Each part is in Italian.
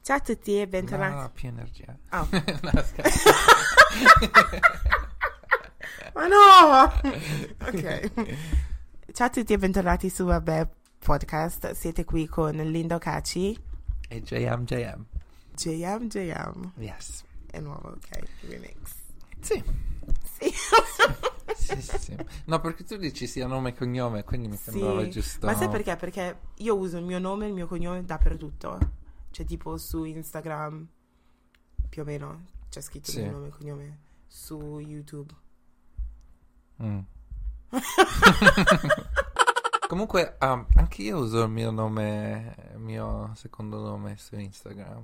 Ciao a tutti e bentornati. No, più energia. Oh. No, scherzo. Ma no! Ok. Ciao a tutti e bentornati su Vabbè Podcast. Siete qui con Linda Ocaci E JM. JM. Yes. È nuovo, ok. Remix. Sì. Sì. Sì. No, perché tu dici sia nome e cognome, quindi mi sembrava giusto. Ma sai perché? Perché io uso il mio nome e il mio cognome dappertutto. Cioè tipo su Instagram, più o meno, c'è scritto il mio nome e cognome. Su YouTube. Comunque, anche io uso il mio nome, il mio secondo nome su Instagram.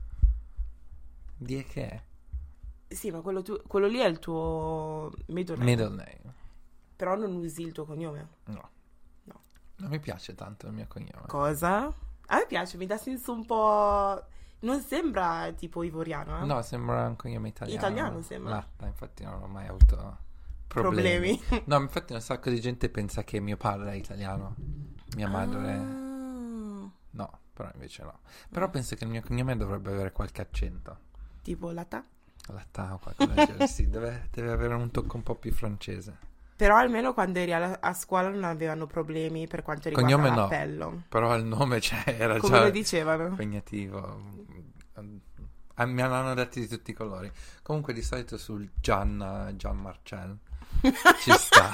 Di che è? Sì, ma quello lì è il tuo middle name. Però non usi il tuo cognome. No. Non mi piace tanto il mio cognome. Cosa? A me piace, mi dà senso un po'... Non sembra tipo ivoriano, eh? No, sembra un cognome italiano. Italiano sembra. Latta, infatti non ho mai avuto problemi. No, infatti un sacco di gente pensa che mio padre è italiano. Mia madre... No, però invece no. Però penso che il mio cognome dovrebbe avere qualche accento. Tipo Latta? Latta o qualcosa del genere. Sì, deve avere un tocco un po' più francese. Però almeno quando eri a scuola non avevano problemi per quanto riguarda Cognome l'appello. no, però il nome era Come già lo dicevano? impegnativo. Mi hanno dati di tutti i colori. Comunque di solito sul Gian Marcel ci sta.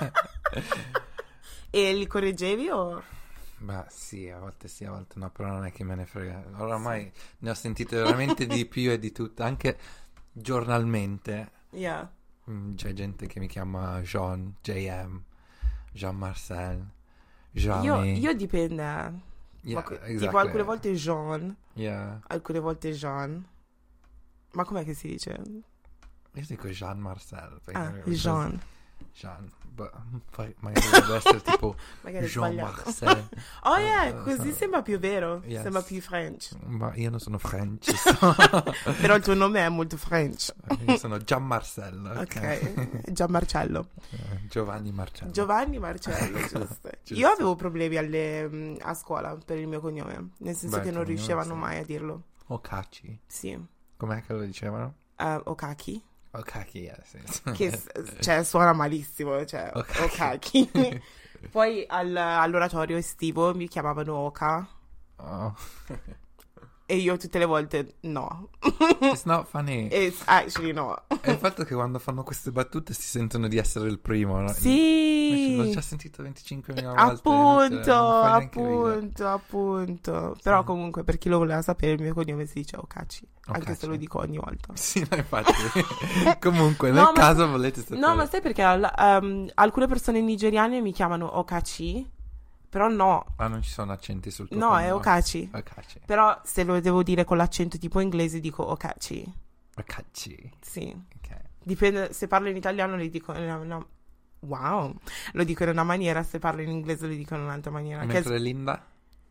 E li correggevi o... Beh sì, a volte no, però non è che me ne frega. Oramai ne ho sentite veramente di più e di tutto, anche giornalmente. Yeah. C'è gente che mi chiama Jean, JM, Jean Marcel, Jean. Io dipende. Yeah, Tipo exactly. alcune volte Jean, Yeah. alcune volte Jean. Ma com'è che si dice? Io dico Jean Marcel. Jean. Poi magari dovrebbe essere tipo Magari Jean sbagliato. Marcel. Oh yeah, così sembra più vero. Yes. Sembra più French. Ma io non sono French. Però il tuo nome è molto French. Io sono Gian Marcello. Ok. Gian Marcello. Giovanni Marcello. Giovanni Marcello, giusto. Io avevo problemi a scuola per il mio cognome. Nel senso che non riuscivano mai a dirlo. Okachi. Sì. Com'è che lo dicevano? Okaki. Okachi, yes. Che cioè suona malissimo, cioè Okaki. Poi all'oratorio estivo mi chiamavano Oka Oh. e io tutte le volte no. It's not funny. It's actually no. È il fatto che quando fanno queste battute si sentono di essere il primo, no? Sì. L'ho già sentito 25.000 volte. Appunto. Però comunque per chi lo voleva sapere il mio cognome si dice Okachi. Anche se lo dico ogni volta. Sì, no, infatti. Comunque, nel caso volete sapere. No, ma sai perché alcune persone nigeriane mi chiamano Okachi, però no. Ah, non ci sono accenti sul tuo No, cognome. è Okachi. Però se lo devo dire con l'accento tipo inglese dico Okachi. Okachi. Sì. Ok. Dipende, se parlo in italiano li dico wow. Lo dico in una maniera, se parlo in inglese lo dico in un'altra maniera. Mentre Linda?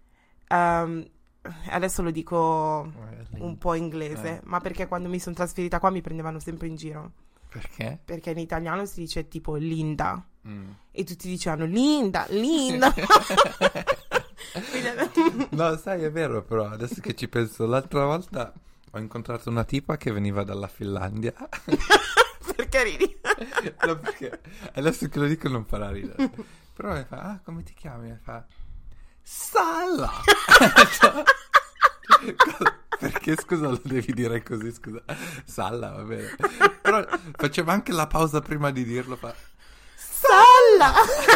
Adesso lo dico un po' inglese, ma perché quando mi sono trasferita qua mi prendevano sempre in giro. Perché? Perché in italiano si dice tipo Linda e tutti dicevano Linda. No, sai, è vero, però adesso che ci penso, l'altra volta ho incontrato una tipa che veniva dalla Finlandia. Perché ridi? No, perché adesso che lo dico non farà ridere. Però mi fa, come ti chiami? Mi fa, Salla! Perché scusa lo devi dire così, scusa. Salla, va bene. Però faceva anche la pausa prima di dirlo, fa Salla!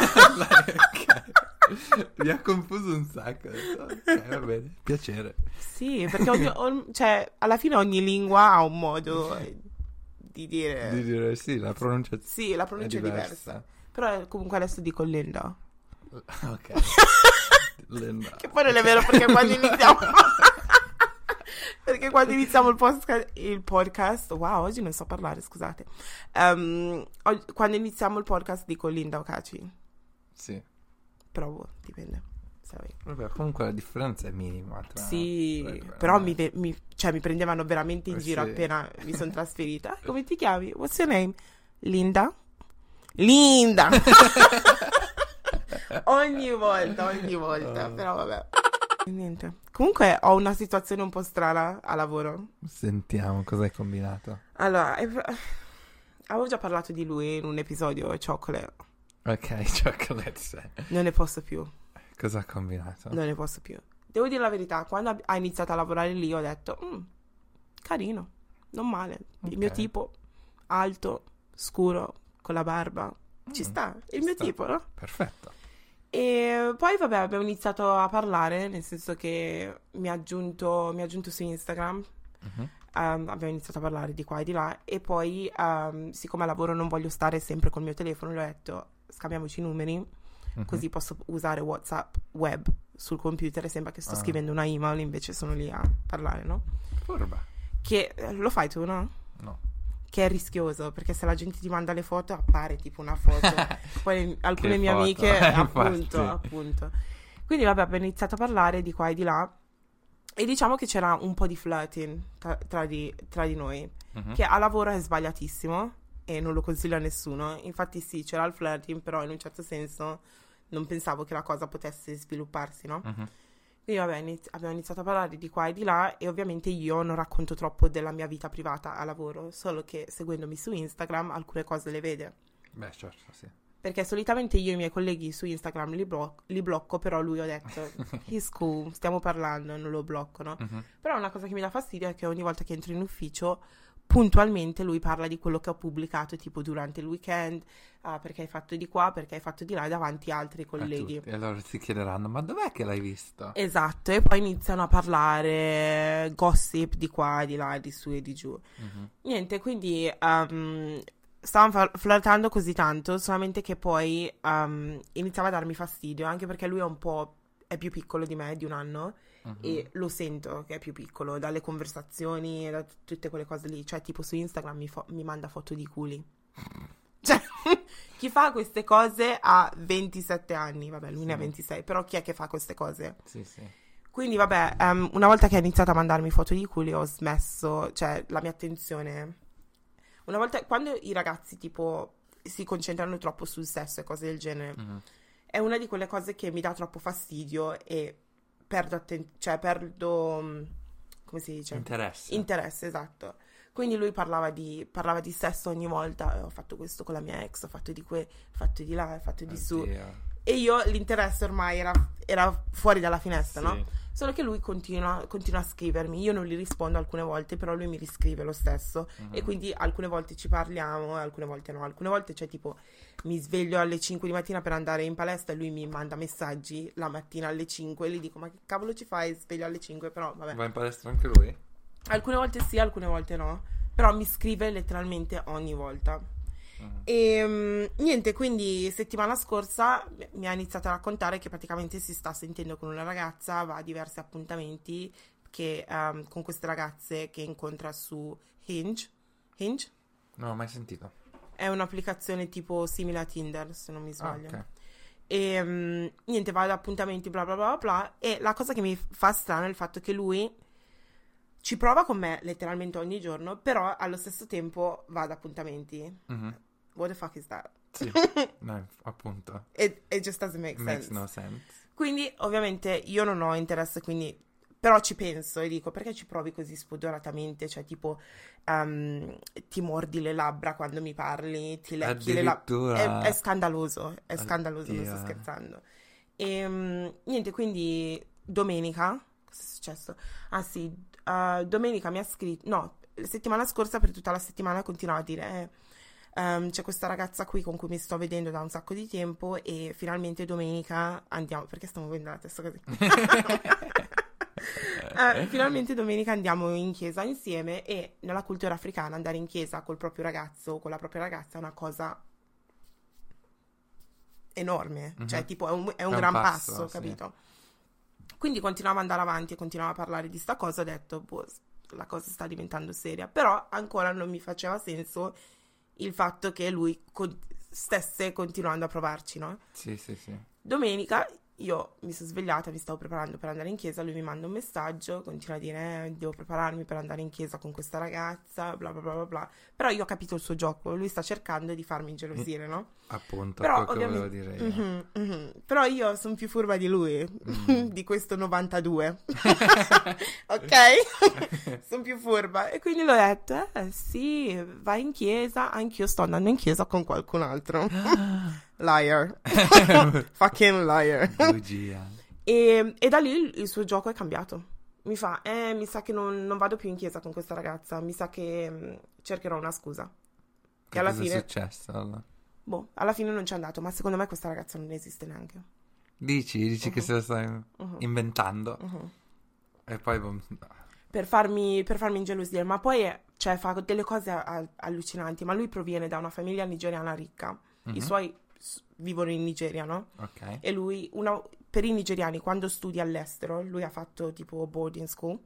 Okay. Mi ha confuso un sacco. Ok, va bene, piacere. Sì, perché cioè, alla fine ogni lingua ha un modo di dire... Di dire sì, la pronuncia Sì, la pronuncia è diversa. Però comunque adesso dico Linda. Ok. Linda. Che poi non è vero perché quando iniziamo... Perché quando iniziamo il podcast, wow, oggi non so parlare, scusate. Quando iniziamo il podcast dico Linda Ocaci. Sì. Però dipende. Vabbè, comunque la differenza è minima. Sì, però mi prendevano veramente in giro appena mi sono trasferita. Come ti chiami? What's your name? Linda. Linda! ogni volta, però vabbè. Niente. Comunque ho una situazione un po' strana a lavoro. Sentiamo cosa hai combinato. Allora, avevo già parlato di lui in un episodio, Chocolate. Ok, Chocolate. Non ne posso più. Cosa ha combinato? Non ne posso più. Devo dire la verità, quando ha iniziato a lavorare lì ho detto, carino, non male. Il mio tipo, alto, scuro, con la barba. Ci sta, il mio tipo, no? Perfetto. E poi vabbè abbiamo iniziato a parlare, nel senso che mi ha aggiunto su Instagram, abbiamo iniziato a parlare di qua e di là e poi siccome a lavoro non voglio stare sempre col mio telefono, gli ho detto scambiamoci i numeri, così posso usare WhatsApp web sul computer e sembra che sto scrivendo una email, invece sono lì a parlare, no? Furba. Che lo fai tu, no? No. Che è rischioso, perché se la gente ti manda le foto appare tipo una foto. Poi alcune mie foto? Amiche appunto. Quindi vabbè abbiamo iniziato a parlare di qua e di là e diciamo che c'era un po' di flirting tra di noi, che a lavoro è sbagliatissimo e non lo consiglio a nessuno. Infatti sì, c'era il flirting, però in un certo senso non pensavo che la cosa potesse svilupparsi, no? Quindi vabbè, abbiamo iniziato a parlare di qua e di là e ovviamente io non racconto troppo della mia vita privata a lavoro, solo che seguendomi su Instagram alcune cose le vede. Beh, certo, sì. Perché solitamente io e i miei colleghi su Instagram li blocco, però lui ho detto, he's cool, stiamo parlando, non lo blocco, no? Però una cosa che mi dà fastidio è che ogni volta che entro in ufficio puntualmente lui parla di quello che ho pubblicato tipo durante il weekend, perché hai fatto di qua, perché hai fatto di là davanti a altri colleghi. E allora si chiederanno ma dov'è che l'hai visto? Esatto, e poi iniziano a parlare gossip di qua, di là, di su e di giù. Niente, quindi stavamo flirtando così tanto, solamente che poi iniziava a darmi fastidio, anche perché lui è più piccolo di me, di un anno, e lo sento che è più piccolo dalle conversazioni e da tutte quelle cose lì. Cioè tipo su Instagram mi manda foto di culi. Cioè chi fa queste cose ha 27 anni, vabbè lui ne ha 26, però chi è che fa queste cose? Sì. Quindi vabbè, una volta che ha iniziato a mandarmi foto di culi ho smesso, cioè la mia attenzione. Una volta, quando i ragazzi tipo si concentrano troppo sul sesso e cose del genere, è una di quelle cose che mi dà troppo fastidio e perdo come si dice? Interesse, esatto. Quindi lui parlava di sesso ogni volta, ho fatto questo con la mia ex, ho fatto di fatto di là, ho fatto di su. E io l'interesse ormai era fuori dalla finestra, sì. No? Solo che lui continua a scrivermi, io non gli rispondo alcune volte, però lui mi riscrive lo stesso e quindi alcune volte ci parliamo e alcune volte no. Alcune volte cioè tipo mi sveglio alle 5 di mattina per andare in palestra e lui mi manda messaggi la mattina alle 5 e gli dico ma che cavolo ci fai? Sveglio alle 5, però vabbè. Va in palestra anche lui? Alcune volte sì, alcune volte no, però mi scrive letteralmente ogni volta. E niente, quindi settimana scorsa mi ha iniziato a raccontare che praticamente si sta sentendo con una ragazza, va a diversi appuntamenti con queste ragazze che incontra su Hinge. Non ho mai sentito. È un'applicazione tipo simile a Tinder, se non mi sbaglio. Okay. E niente, va ad appuntamenti bla bla bla bla. E la cosa che mi fa strano è il fatto che lui ci prova con me letteralmente ogni giorno, però allo stesso tempo va ad appuntamenti. What the fuck is that? Sì, no, appunto. It just doesn't make sense. Makes no sense. Quindi, ovviamente, io non ho interesse, quindi... Però ci penso e dico, perché ci provi così spudoratamente? Cioè, tipo, ti mordi le labbra quando mi parli, ti lecchi le labbra. È scandaloso, non sto scherzando. E niente, quindi, domenica... Cosa è successo? Ah sì, domenica mi ha scritto... No, la settimana scorsa, per tutta la settimana, continuava a dire... c'è questa ragazza qui con cui mi sto vedendo da un sacco di tempo e finalmente domenica andiamo, perché sto muovendo la testa così? Finalmente domenica andiamo in chiesa insieme e nella cultura africana andare in chiesa col proprio ragazzo o con la propria ragazza è una cosa enorme, cioè tipo è un gran passo, capito? Sì. Quindi continuavo ad andare avanti e continuavo a parlare di sta cosa, ho detto boh, la cosa sta diventando seria, però ancora non mi faceva senso il fatto che lui stesse continuando a provarci, no? Sì. Domenica io mi sono svegliata, mi stavo preparando per andare in chiesa, lui mi manda un messaggio, continua a dire devo prepararmi per andare in chiesa con questa ragazza, bla bla bla bla bla. Però io ho capito il suo gioco, lui sta cercando di farmi ingelosire, no? Appunto, però quello che volevo dire io. Però io sono più furba di lui, di questo 92. Ok? Sono più furba. E quindi l'ho detto, sì, vai in chiesa, anch'io sto andando in chiesa con qualcun altro. Liar. Fucking liar. Bugia. E da lì il suo gioco è cambiato. Mi fa, mi sa che non vado più in chiesa con questa ragazza, mi sa che cercherò una scusa. Che alla fine è successo? Allora? Boh, alla fine non c'è andato, ma secondo me questa ragazza non esiste neanche. Dici che se la stai inventando. E poi per farmi ingelosire, ma poi cioè, fa delle cose allucinanti, ma lui proviene da una famiglia nigeriana ricca, i suoi vivono in Nigeria, no? Ok. E lui, per i nigeriani, quando studia all'estero, lui ha fatto tipo boarding school,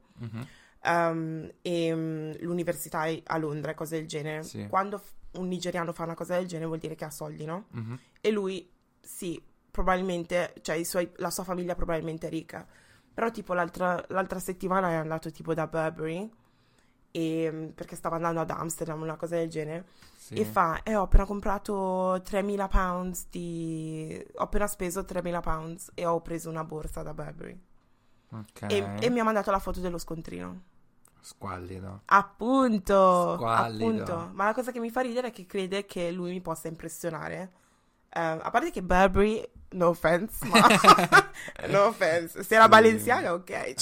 e l'università a Londra e cose del genere. Sì. Quando un nigeriano fa una cosa del genere vuol dire che ha soldi, no? E lui, sì, probabilmente, cioè la sua famiglia probabilmente è ricca. Però tipo l'altra settimana è andato tipo da Burberry, perché stava andando ad Amsterdam, una cosa del genere, sì. E fa, ho appena comprato 3.000 pounds ho appena speso 3.000 pounds e ho preso una borsa da Burberry. Okay. E mi ha mandato la foto dello scontrino. Squallido. Appunto. Squallido. Appunto. Ma la cosa che mi fa ridere è che crede che lui mi possa impressionare. A parte che Burberry, no offense, ma no offense. Se era Balenciaga, ok.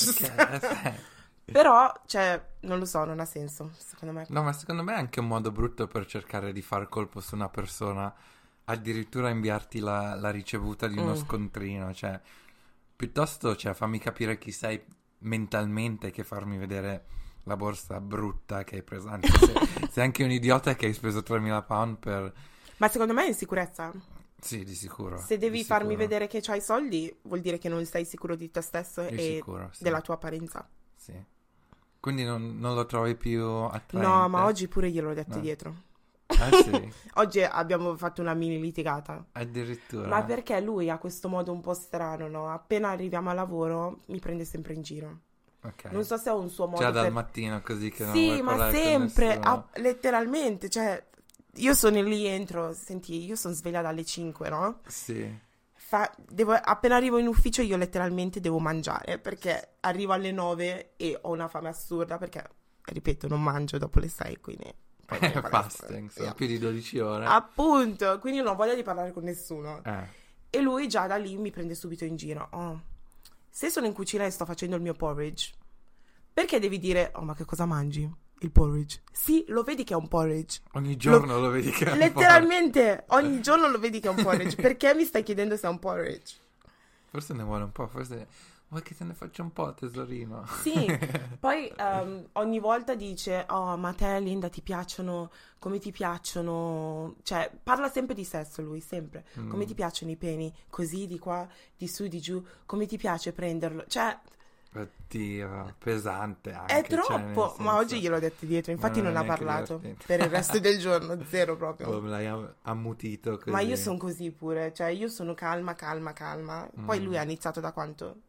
Però, cioè, non lo so, non ha senso, secondo me. No, ma secondo me è anche un modo brutto per cercare di far colpo su una persona. Addirittura inviarti la ricevuta di uno scontrino, cioè... Piuttosto, cioè, fammi capire chi sei mentalmente che farmi vedere la borsa brutta che hai preso. Anzi, sei anche un idiota che hai speso 3.000 pound per... Ma secondo me è insicurezza. Sì, di sicuro. Se devi farmi vedere che c'hai soldi, vuol dire che non sei sicuro di te stesso sicuro, sì. Della tua apparenza. Sì. Quindi non lo trovi più attraente? No, ma oggi pure gliel'ho detto dietro. Ah, sì? Oggi abbiamo fatto una mini litigata. Addirittura? Ma perché lui ha questo modo un po' strano, no? Appena arriviamo al lavoro mi prende sempre in giro. Okay. Non so se ho un suo modo dal mattino così che non sì, vuoi parlare ma sempre, con letteralmente, cioè io sono lì, entro, senti, io sono sveglia dalle 5, no? Sì. Appena arrivo in ufficio io letteralmente devo mangiare, perché arrivo alle 9 e ho una fame assurda, perché, ripeto, non mangio dopo le 6, quindi... Fasting, sono più di 12 ore. Appunto, quindi non ho voglia di parlare con nessuno. E lui già da lì mi prende subito in giro. Se sono in cucina e sto facendo il mio porridge, perché devi dire, ma che cosa mangi? Il porridge. Sì, lo vedi che è un porridge. Ogni giorno lo vedi che è un porridge. Letteralmente, ogni giorno lo vedi che è un porridge. Perché mi stai chiedendo se è un porridge? Forse ne vuole un po', forse... Vuoi che te ne faccia un po', tesorino? Sì, poi ogni volta dice, ma te Linda ti piacciono, come ti piacciono, cioè parla sempre di sesso lui, sempre, come ti piacciono i peni, così di qua, di su, di giù, come ti piace prenderlo, cioè... Oddio, pesante anche. È troppo, ma oggi gliel'ho detto dietro, infatti non ha parlato per il resto del giorno, zero proprio. Oh, me l'hai ammutito così. Ma io sono così pure, cioè io sono calma, poi lui ha iniziato da quanto?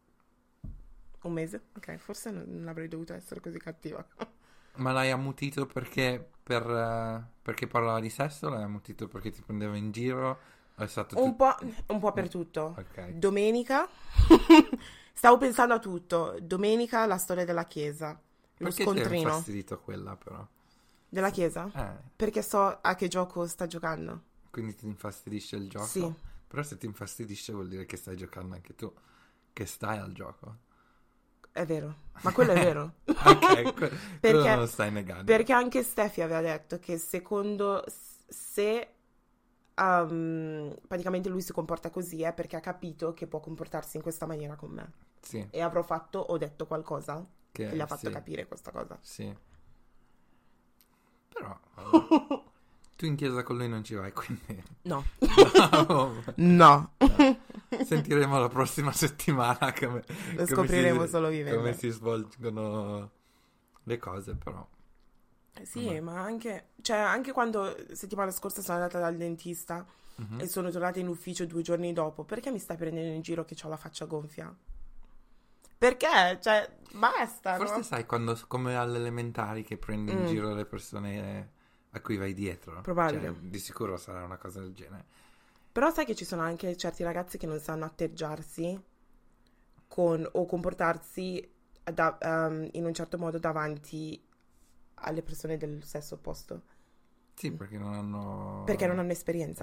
Un mese? Ok, forse non avrei dovuto essere così cattiva. Ma l'hai ammutito perché parlava di sesso? L'hai ammutito perché ti prendeva in giro? È stato un po' per tutto. Okay. Domenica stavo pensando a tutto. Domenica la storia della chiesa. Lo perché scontrino. Perché ti è infastidito quella però? Della chiesa? Perché so a che gioco sta giocando. Quindi ti infastidisce il gioco? Sì. Però se ti infastidisce vuol dire che stai giocando anche tu. Che stai al gioco. È vero, ma quello è vero. Ok, quello non lo stai negando. Perché anche Steffi aveva detto che se praticamente lui si comporta così è perché ha capito che può comportarsi in questa maniera con me. Sì. E avrò fatto o detto qualcosa che gli ha fatto capire questa cosa. Sì. Però tu in chiesa con lui non ci vai, quindi... No. No. Sentiremo la prossima settimana lo scopriremo solo vivendo. Come si svolgono le cose, però. Sì, ma anche quando settimana scorsa sono andata dal dentista e sono tornata in ufficio 2 giorni dopo, perché mi stai prendendo in giro che ho la faccia gonfia? Perché? Cioè, basta, Forse no? sai quando, come alle elementari, che prendi in giro le persone a cui vai dietro. Probabile. Cioè, di sicuro sarà una cosa del genere. Però sai che ci sono anche certi ragazzi che non sanno atteggiarsi o comportarsi in un certo modo davanti alle persone del sesso opposto. Sì, perché non hanno esperienza.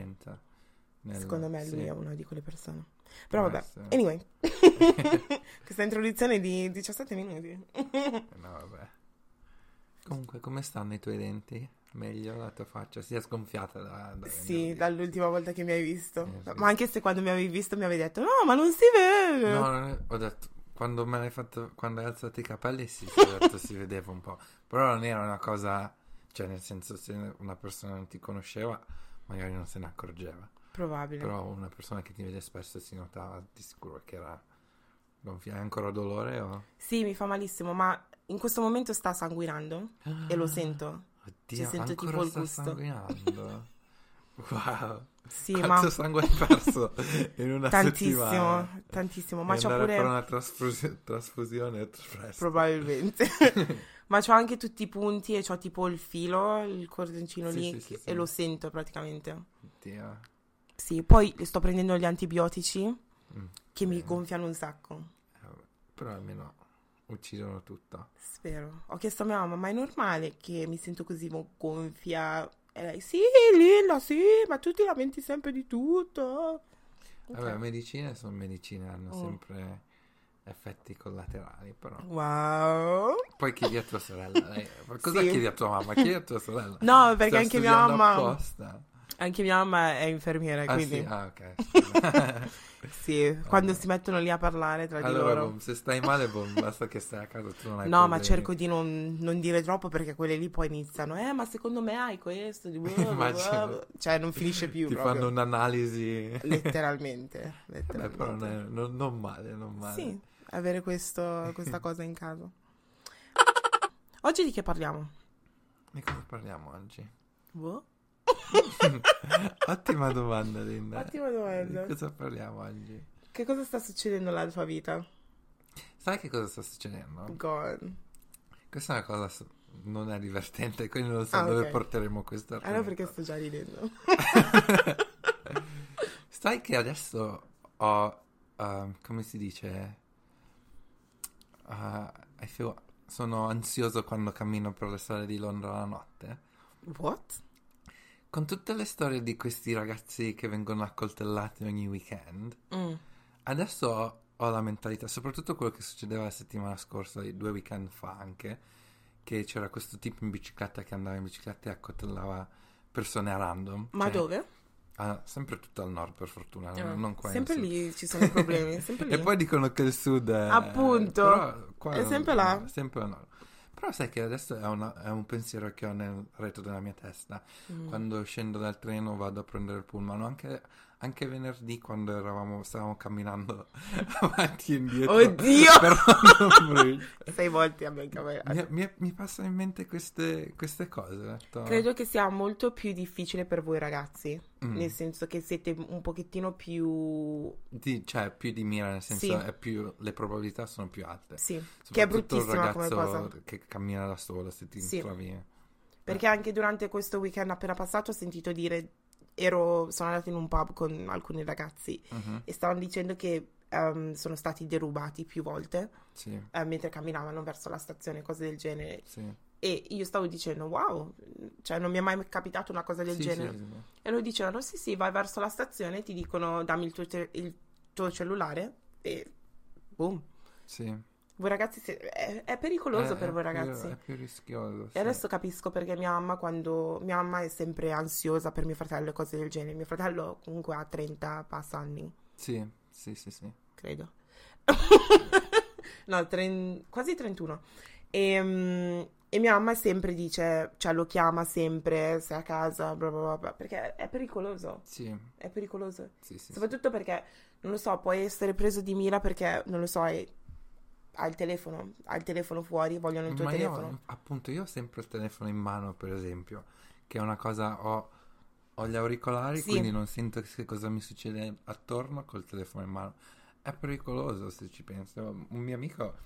Secondo me lui è una di quelle persone. Però vabbè, anyway. Questa introduzione di 17 minuti. No, vabbè. Comunque, come stanno i tuoi denti? Meglio la tua faccia? Si è sgonfiata da sì, dall'ultima volta che mi hai visto. Sì. Ma anche se quando mi avevi visto mi avevi detto no, ma non si vede. No, ho detto, quando me l'hai fatto, quando hai alzato i capelli sì, ho detto si vedeva un po'. Però non era una cosa, cioè nel senso, se una persona non ti conosceva magari non se ne accorgeva. Probabile. Però una persona che ti vede spesso si notava di sicuro che era gonfia. Hai ancora dolore o? Sì, mi fa malissimo, ma in questo momento sta sanguinando e lo sento. Oddio, sento ancora tipo il sta gusto. sanguinando. Wow. Sì, Quanto sangue hai perso in una settimana? Tantissimo, ma E c'ho andare pure a fare una trasfusione presto. probabilmente. Ma c'ho anche tutti i punti e c'ho tipo il filo, il cordoncino Sì, lì sì, e sì. lo sento praticamente. Oddio. Sì, poi sto prendendo gli antibiotici che mi gonfiano un sacco. Però almeno uccidono tutto. Spero. Ho chiesto a mia mamma, ma è normale che mi sento così gonfia? E lei, sì, Lilla, sì, ma tu ti lamenti sempre di tutto. Vabbè, medicine sono medicine, hanno sempre effetti collaterali, però. Wow. Poi chiedi a tua sorella. Cosa Sì. chiedi a tua mamma? Chiedi a tua sorella. No, perché Sta anche mia studiando mamma... apposta. Anche mia mamma è infermiera, Ah, quindi... sì? Ah, ok. Sì, quando si mettono lì a parlare tra di Allora, loro. se stai male, basta che stai a casa, tu non hai No, ma problemi. cerco di non dire troppo perché quelle lì poi iniziano. Ma secondo me hai questo. Immagino. Cioè, non finisce più Ti proprio. fanno un'analisi. Letteralmente. Beh, però non male, non male. Sì, avere questa cosa in casa. Oggi di che parliamo? Di cosa parliamo oggi? Boh. Ottima domanda, Linda. Ottima domanda. Di cosa parliamo oggi? Che cosa sta succedendo nella tua vita? Sai che cosa sta succedendo? Gone. Questa è una cosa non è divertente, quindi non so Ah, dove ok. porteremo questo Allora argomento. perché sto già ridendo? Sai che adesso ho, come si dice, sono ansioso quando cammino per le strade di Londra la notte. What? Con tutte le storie di questi ragazzi che vengono accoltellati ogni weekend, adesso ho la mentalità, soprattutto quello che succedeva la settimana scorsa, 2 weekend fa anche, che c'era questo tipo in bicicletta che andava in bicicletta e accoltellava persone a random. Ma cioè, dove? sempre tutto al nord, per fortuna, non qua in Sempre sud. lì ci sono problemi, sempre lì. E poi dicono che il sud è... Appunto, però qua è sempre là. Sempre al nord. Però sai che adesso è un pensiero che ho nel retro della mia testa. Quando scendo dal treno vado a prendere il pullman, anche venerdì quando stavamo camminando avanti e indietro. Oddio! Per London Bridge. 6 volte abbiamo camminato. Mi passano in mente queste cose. Ho detto, Credo che sia molto più difficile per voi ragazzi, nel senso che siete un pochettino più... cioè più di mira, nel senso Sì. è più, le probabilità sono più alte. Sì, che è Soprattutto il bruttissima come ragazzo cosa. che cammina da solo, se ti Sì. trovi... Perché anche durante questo weekend appena passato ho sentito dire... Sono andata in un pub con alcuni ragazzi e stavano dicendo che sono stati derubati più volte Sì, mentre camminavano verso la stazione, cose del genere. sì. E io stavo dicendo, wow, cioè non mi è mai capitato una cosa del Sì, genere. sì. E loro dicevano, sì, vai verso la stazione, ti dicono dammi il tuo cellulare e boom. Sì. Voi ragazzi, è pericoloso per voi ragazzi. È più rischioso, E sì. adesso capisco perché mia mamma è sempre ansiosa per mio fratello e cose del genere. Mio fratello comunque ha 30 passa anni, Sì. credo. No, quasi 31. E mia mamma sempre dice, cioè lo chiama sempre, sei a casa, bla bla bla, bla, perché è pericoloso. Sì, È pericoloso. sì. Soprattutto perché, non lo so, puoi essere preso di mira perché, non lo so, ha il telefono fuori, vogliono il tuo Ma telefono. io ho sempre il telefono in mano, per esempio, che è una cosa, ho Ho gli auricolari, Sì. quindi non sento che cosa mi succede attorno col telefono in mano. È pericoloso se ci penso. Un mio amico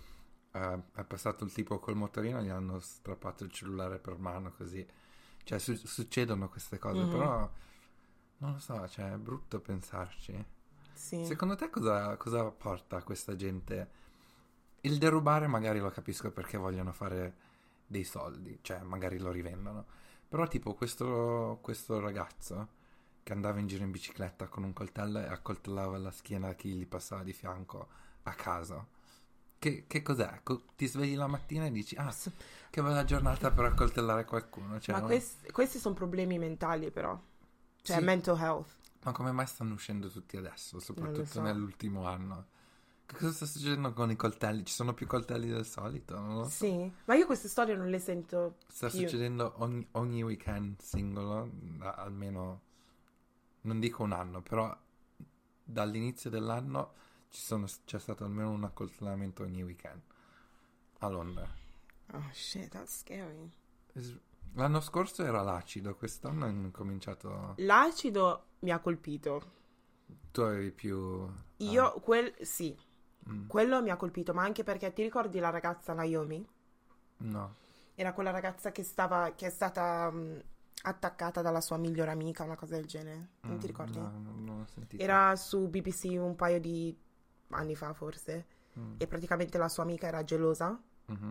è passato il tipo col motorino, gli hanno strappato il cellulare per mano così. Cioè succedono queste cose, però non lo so, cioè è brutto pensarci. Sì. Secondo te cosa porta a questa gente? Il derubare magari lo capisco perché vogliono fare dei soldi, cioè magari lo rivendono. Però tipo questo ragazzo che andava in giro in bicicletta con un coltello e accoltellava la schiena a chi gli passava di fianco a caso. Che cos'è? Ti svegli la mattina e dici, che bella giornata per accoltellare qualcuno. Cioè, Ma questi sono problemi mentali però, cioè sì. mental health. Ma come mai stanno uscendo tutti adesso, Non lo soprattutto so. nell'ultimo anno? Che cosa sta succedendo con i coltelli? Ci sono più coltelli del solito? Non lo so. Sì, ma io queste storie non le sento Sta più. succedendo ogni weekend singolo, almeno, non dico un anno, però dall'inizio dell'anno c'è stato almeno un accoltellamento ogni weekend a Londra. Oh shit, that's scary. L'anno scorso era l'acido, quest'anno è cominciato... L'acido mi ha colpito. Tu avevi più... Io, sì, quello mi ha colpito, ma anche perché ti ricordi la ragazza Naomi? No. Era quella ragazza che è stata attaccata dalla sua migliore amica, una cosa del genere. Non ti ricordi? No, non ho sentito. Era su BBC un paio di anni fa, forse. E praticamente la sua amica era gelosa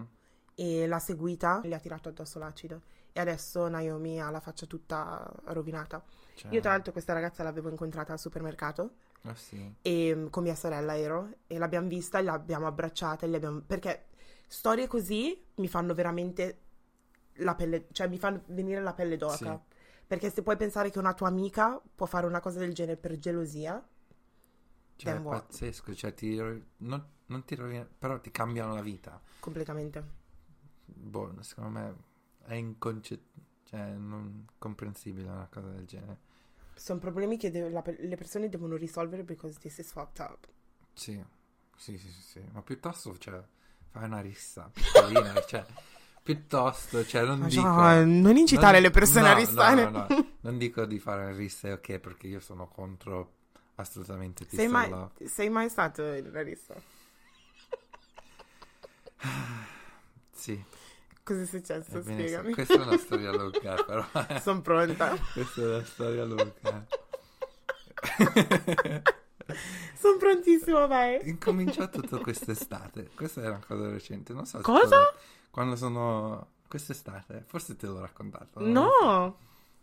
e l'ha seguita, le ha tirato addosso l'acido. E adesso Naomi ha la faccia tutta rovinata. Cioè... Io tra l'altro questa ragazza l'avevo incontrata al supermercato. Ah sì. E con mia sorella ero e l'abbiamo vista, l'abbiamo abbracciata perché storie così mi fanno veramente la pelle, cioè mi fanno venire la pelle d'oca. Sì. Perché se puoi pensare che una tua amica può fare una cosa del genere per gelosia, Cioè è then what? pazzesco, cioè non ti rovina, però ti cambiano la vita. Completamente. Boh, secondo me è cioè non comprensibile una cosa del genere. Sono problemi che le persone devono risolvere because this is fucked up. Sì, ma piuttosto, cioè, fai una rissa piccolina, cioè, piuttosto, cioè, non dico... non incitare le persone a rissare. No, non dico di fare risse, ok, perché io sono contro assolutamente Sei mai stato in una rissa? Sì. Cosa è successo? Ebbene, Spiegami. questa è una storia lunga, però. Sono pronta. Questa è una storia lunga. Sono prontissima, vai. Incominciato tutto quest'estate. Questa è una cosa recente. Non so se Cosa? quando sono... Quest'estate. Forse te l'ho raccontato. No.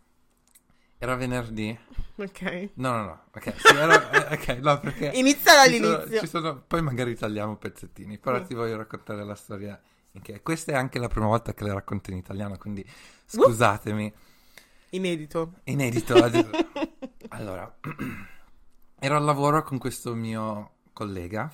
Era venerdì. Ok. No. Ok, sì, ok, no, perché... Inizia dall'inizio. Poi magari tagliamo pezzettini. Però ti voglio raccontare la storia. Questa è anche la prima volta che le racconto in italiano, quindi scusatemi. Inedito. Allora, ero al lavoro con questo mio collega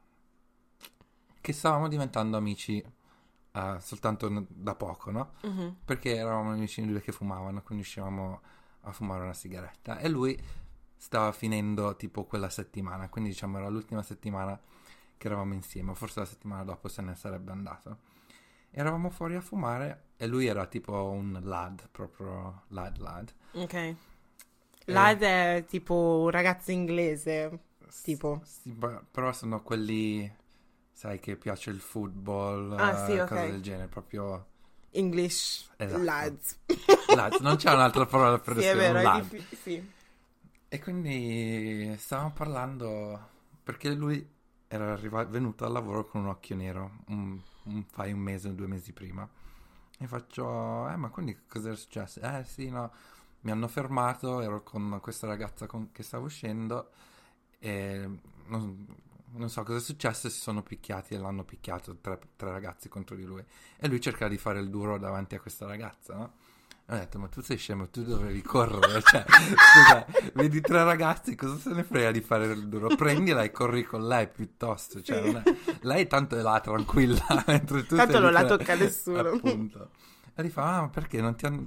che stavamo diventando amici soltanto da poco, no? Perché eravamo amici due che fumavano, quindi uscivamo a fumare una sigaretta e lui stava finendo tipo quella settimana, quindi diciamo era l'ultima settimana che eravamo insieme, forse la settimana dopo se ne sarebbe andato. Eravamo fuori a fumare e lui era tipo un lad, proprio lad. Ok. Lad è tipo un ragazzo inglese, tipo. Sì, però sono quelli, sai, che piace il football, sì, ok. cose del genere, proprio... English Esatto. lads. Lads, non c'è un'altra parola per Sì, è descrivere vero, un è lad. sì. E quindi stavamo parlando perché lui era venuto al lavoro con un occhio nero un mese o 2 mesi prima e faccio ma quindi cosa è successo? Sì, no, mi hanno fermato, ero con questa ragazza che stavo uscendo e non so cosa è successo, si sono picchiati e l'hanno picchiato tre ragazzi contro di lui e lui cercava di fare il duro davanti a questa ragazza, no? Ho detto, ma tu sei scemo, tu dovevi correre, cioè, scusa, vedi 3 ragazzi, cosa se ne frega di fare il duro? Prendila e corri con lei piuttosto, cioè, Sì. lei tanto è là, tranquilla, mentre tu Tanto sei non lì la che- tocca nessuno. Appunto. E gli fa, ma perché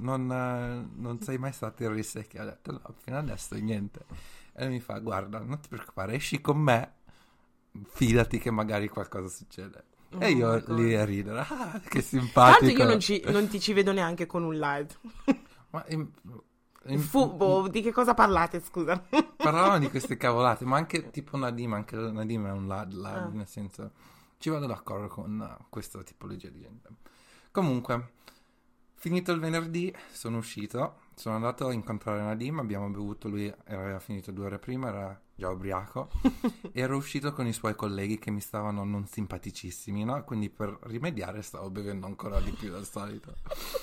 non sei mai stato in rissecchia? Ho detto, no, fino adesso niente. E lui mi fa, guarda, non ti preoccupare, esci con me, fidati che magari qualcosa succede. E io my God. lì a ridere, che Tanto simpatico. io non ti ci vedo neanche con un lad. Ma Di che cosa parlate, scusa? Parlavano di queste cavolate, ma anche tipo Nadim, anche Nadim è un lad, nel senso, ci vado d'accordo con questa tipologia di gente. Comunque, finito il venerdì, sono uscito, sono andato a incontrare Nadim, abbiamo bevuto, lui aveva finito 2 ore prima, era già ubriaco, e ero uscito con i suoi colleghi che mi stavano non simpaticissimi, no? Quindi per rimediare stavo bevendo ancora di più del solito.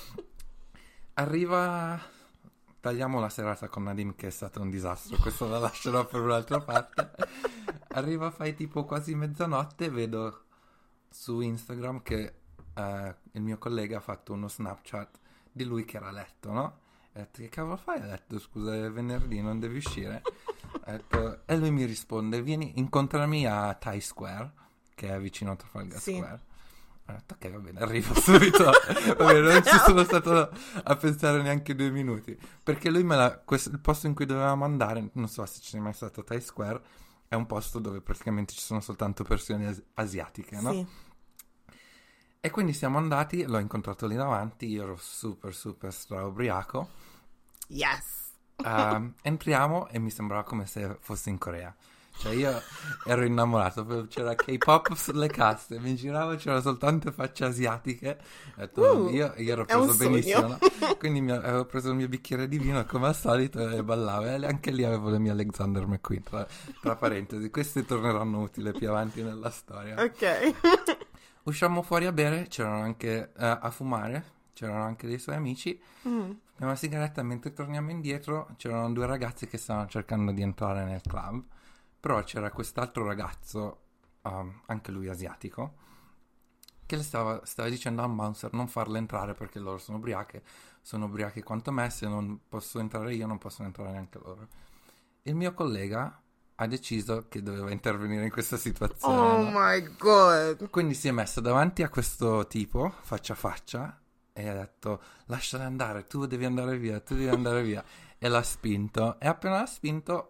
Tagliamo la serata con Nadim, che è stato un disastro, questo la lascerò per un'altra parte. Arriva, fai tipo quasi mezzanotte, vedo su Instagram che il mio collega ha fatto uno Snapchat di lui che era a letto, no? E ho detto, che cavolo fai a letto? Scusa, è venerdì, non devi uscire? E lui mi risponde, vieni, incontrami a Times Square, che è vicino a Trafalgar Square. Ho detto, ok, va bene, arrivo subito. Va bene, non ci sono stato a pensare neanche 2 minuti, perché lui il posto in cui dovevamo andare, non so se ci sei mai stato a Times Square, è un posto dove praticamente ci sono soltanto persone asiatiche, no? Sì. E quindi siamo andati, l'ho incontrato lì davanti, io ero super straubriaco. Yes! Entriamo e mi sembrava come se fossi in Corea. Cioè io ero innamorato, c'era K-pop sulle casse, mi giravo, c'era soltanto facce asiatiche. Ho detto, io ero preso benissimo, no? Quindi avevo preso il mio bicchiere di vino come al solito e ballavo. E anche lì avevo le mie Alexander McQueen, tra parentesi. Queste torneranno utili più avanti nella storia. Ok. Usciamo fuori a bere, c'erano anche a fumare, c'erano anche dei suoi amici. Una sigaretta, mentre torniamo indietro c'erano 2 ragazzi che stavano cercando di entrare nel club. Però c'era quest'altro ragazzo, anche lui asiatico, che le stava dicendo a un bouncer non farle entrare perché loro sono ubriache quanto me, se non posso entrare io non possono entrare neanche loro. Il mio collega ha deciso che doveva intervenire in questa situazione. Oh my god! Quindi si è messo davanti a questo tipo, faccia a faccia, e ha detto, lasciala andare, tu devi andare via, e l'ha spinto, e appena l'ha spinto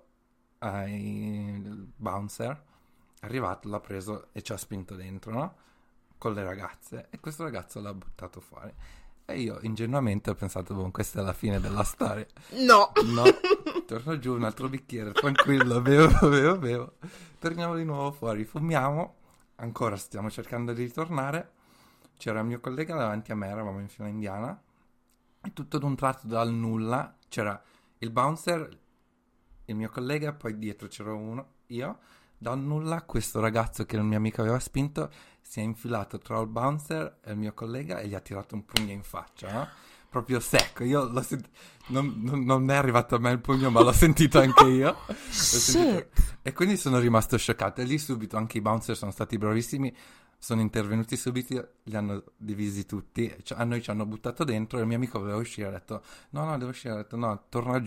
il bouncer è arrivato, l'ha preso e ci ha spinto dentro, no? Con le ragazze, e questo ragazzo l'ha buttato fuori e io ingenuamente ho pensato, boh, questa è la fine della storia. No, Torno giù, un altro bicchiere, tranquillo, bevo, torniamo di nuovo fuori, fumiamo ancora, stiamo cercando di ritornare. C'era il mio collega davanti a me, eravamo in fila indiana, e tutto ad un tratto dal nulla c'era il bouncer, il mio collega, poi dietro c'era io, dal nulla questo ragazzo che il mio amico aveva spinto si è infilato tra il bouncer e il mio collega e gli ha tirato un pugno in faccia, no? Proprio secco, io l'ho sentito, non è arrivato a me il pugno, ma l'ho sentito anche io. E quindi sono rimasto scioccato, e lì subito anche i bouncer sono stati bravissimi, sono intervenuti subito, li hanno divisi tutti, a noi ci hanno buttato dentro e il mio amico voleva uscire, ha detto no, devo uscire, ha detto no, torna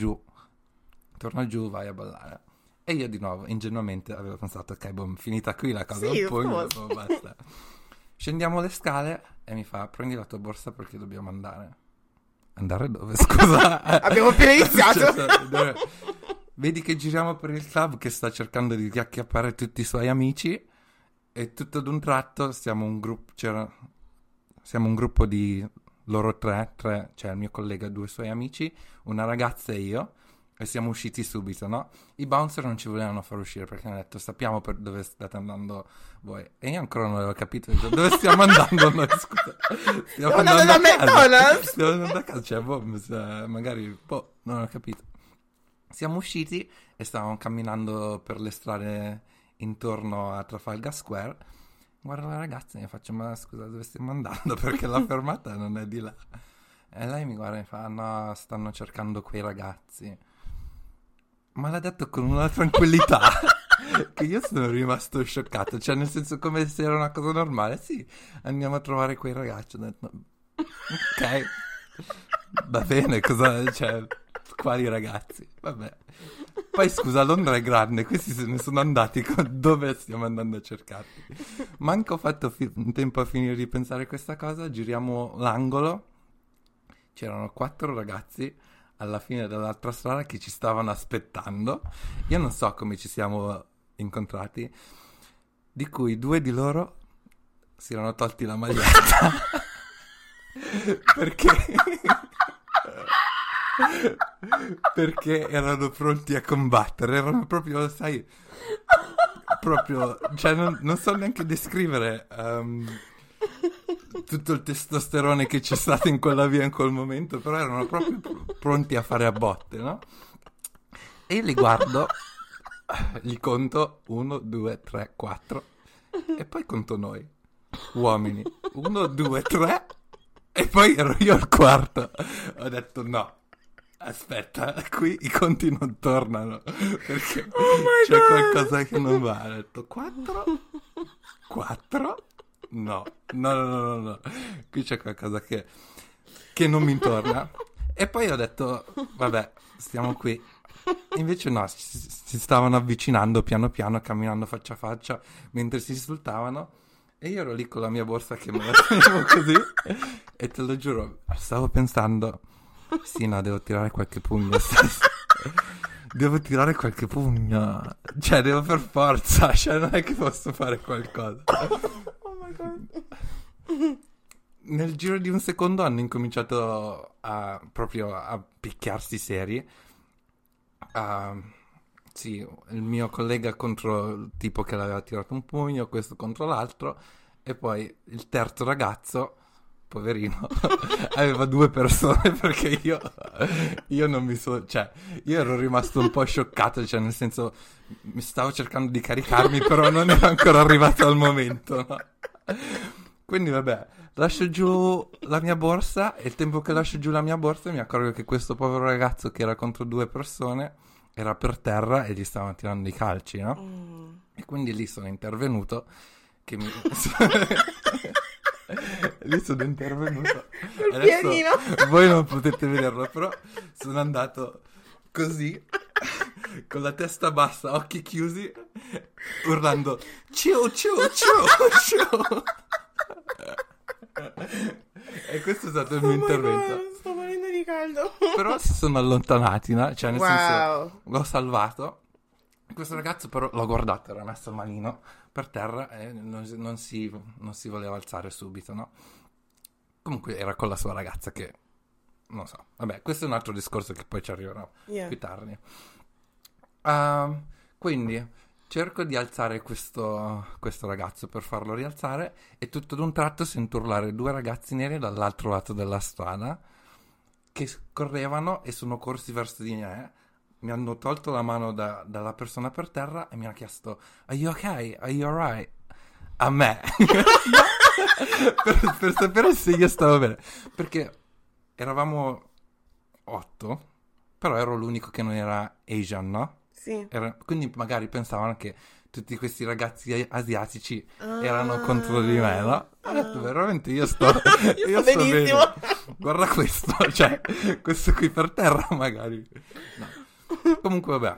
giù, vai a ballare. E io di nuovo, ingenuamente, avevo pensato, ok, boh, finita qui la cosa, un pugno, basta. Scendiamo le scale e mi fa, prendi la tua borsa perché dobbiamo andare. Andare dove, scusa? Abbiamo appena iniziato. Vedi che giriamo per il club che sta cercando di acchiappare tutti i suoi amici, e tutto ad un tratto siamo un gruppo di loro tre, cioè il mio collega, 2 suoi amici, una ragazza e io, e siamo usciti subito, no? I bouncer non ci volevano far uscire perché hanno detto sappiamo per dove state andando voi, e io ancora non avevo capito dove stiamo andando noi, scusa. Stiamo andando da McDonald's, stiamo andando a casa, cioè magari non ho capito. Siamo usciti e stavamo camminando per le strade intorno a Trafalgar Square. Guardo la ragazza e mi faccio, ma scusa, dove stiamo andando? Perché la fermata non è di là. E lei mi guarda e mi fa, no, stanno cercando quei ragazzi. Ma l'ha detto con una tranquillità che io sono rimasto scioccato, cioè nel senso come se era una cosa normale. Sì, andiamo a trovare quei ragazzi. Ho detto, ok, va bene, cioè, quali ragazzi? Vabbè. Poi scusa, Londra è grande, questi se ne sono andati, dove stiamo andando a cercarli? Manco ho fatto un tempo a finire di pensare questa cosa, giriamo l'angolo, c'erano 4 ragazzi alla fine dell'altra strada che ci stavano aspettando. Io non so come ci siamo incontrati, di cui 2 di loro si erano tolti la maglietta perché Perché erano pronti a combattere, erano proprio, sai, proprio, cioè non so neanche descrivere tutto il testosterone che c'è stato in quella via in quel momento, però erano proprio pronti a fare a botte, no? E io li guardo, gli conto 1, 2, 3, 4 e poi conto noi, uomini, 1, 2, 3 e poi ero io al quarto. Ho detto no, aspetta, qui i conti non tornano perché c'è qualcosa che non va. Ho detto 4, no, qui c'è qualcosa che non mi torna. E poi ho detto vabbè, stiamo qui. Invece no, si stavano avvicinando piano piano, camminando faccia a faccia mentre si insultavano e io ero lì con la mia borsa che me la tenevo così e te lo giuro, stavo pensando sì, no, devo tirare qualche pugno devo tirare qualche pugno, cioè devo per forza, cioè non è che posso fare qualcosa. Oh my god. Nel giro di un secondo hanno incominciato proprio a picchiarsi seri. Sì, il mio collega contro il tipo che l'aveva tirato un pugno, questo contro l'altro, e poi il terzo ragazzo, poverino, aveva 2 persone perché io non mi sono, cioè, io ero rimasto un po' scioccato, cioè nel senso, mi stavo cercando di caricarmi, però non ero ancora arrivato al momento, no? Quindi vabbè, lascio giù la mia borsa e il tempo che lascio giù la mia borsa mi accorgo che questo povero ragazzo che era contro 2 persone era per terra e gli stavano tirando i calci, no? E quindi lì sono intervenuto lì sono intervenuto adesso voi non potete vederlo, però sono andato così con la testa bassa, occhi chiusi, urlando ciu ciu ciu ciu. E questo è stato il mio intervento. God, sto morendo di caldo. Però si sono allontanati, no? Cioè nel senso l'ho salvato. Questo ragazzo però l'ho guardato, era messo il manino per terra e non si voleva alzare subito, no? Comunque era con la sua ragazza che non so. Vabbè, questo è un altro discorso che poi ci arriverà più tardi. Quindi cerco di alzare questo ragazzo per farlo rialzare e tutto d'un tratto sento urlare 2 ragazzi neri dall'altro lato della strada che correvano e sono corsi verso di me. Mi hanno tolto la mano dalla persona per terra e mi ha chiesto "Are you okay? Are you alright?" A me. per sapere se io stavo bene. Perché eravamo 8, però ero l'unico che non era Asian, no? Sì. Quindi magari pensavano che tutti questi ragazzi asiatici erano contro di me, no? Ho detto veramente io sto benissimo. Bene. Guarda questo, cioè questo qui per terra magari. No. Comunque vabbè.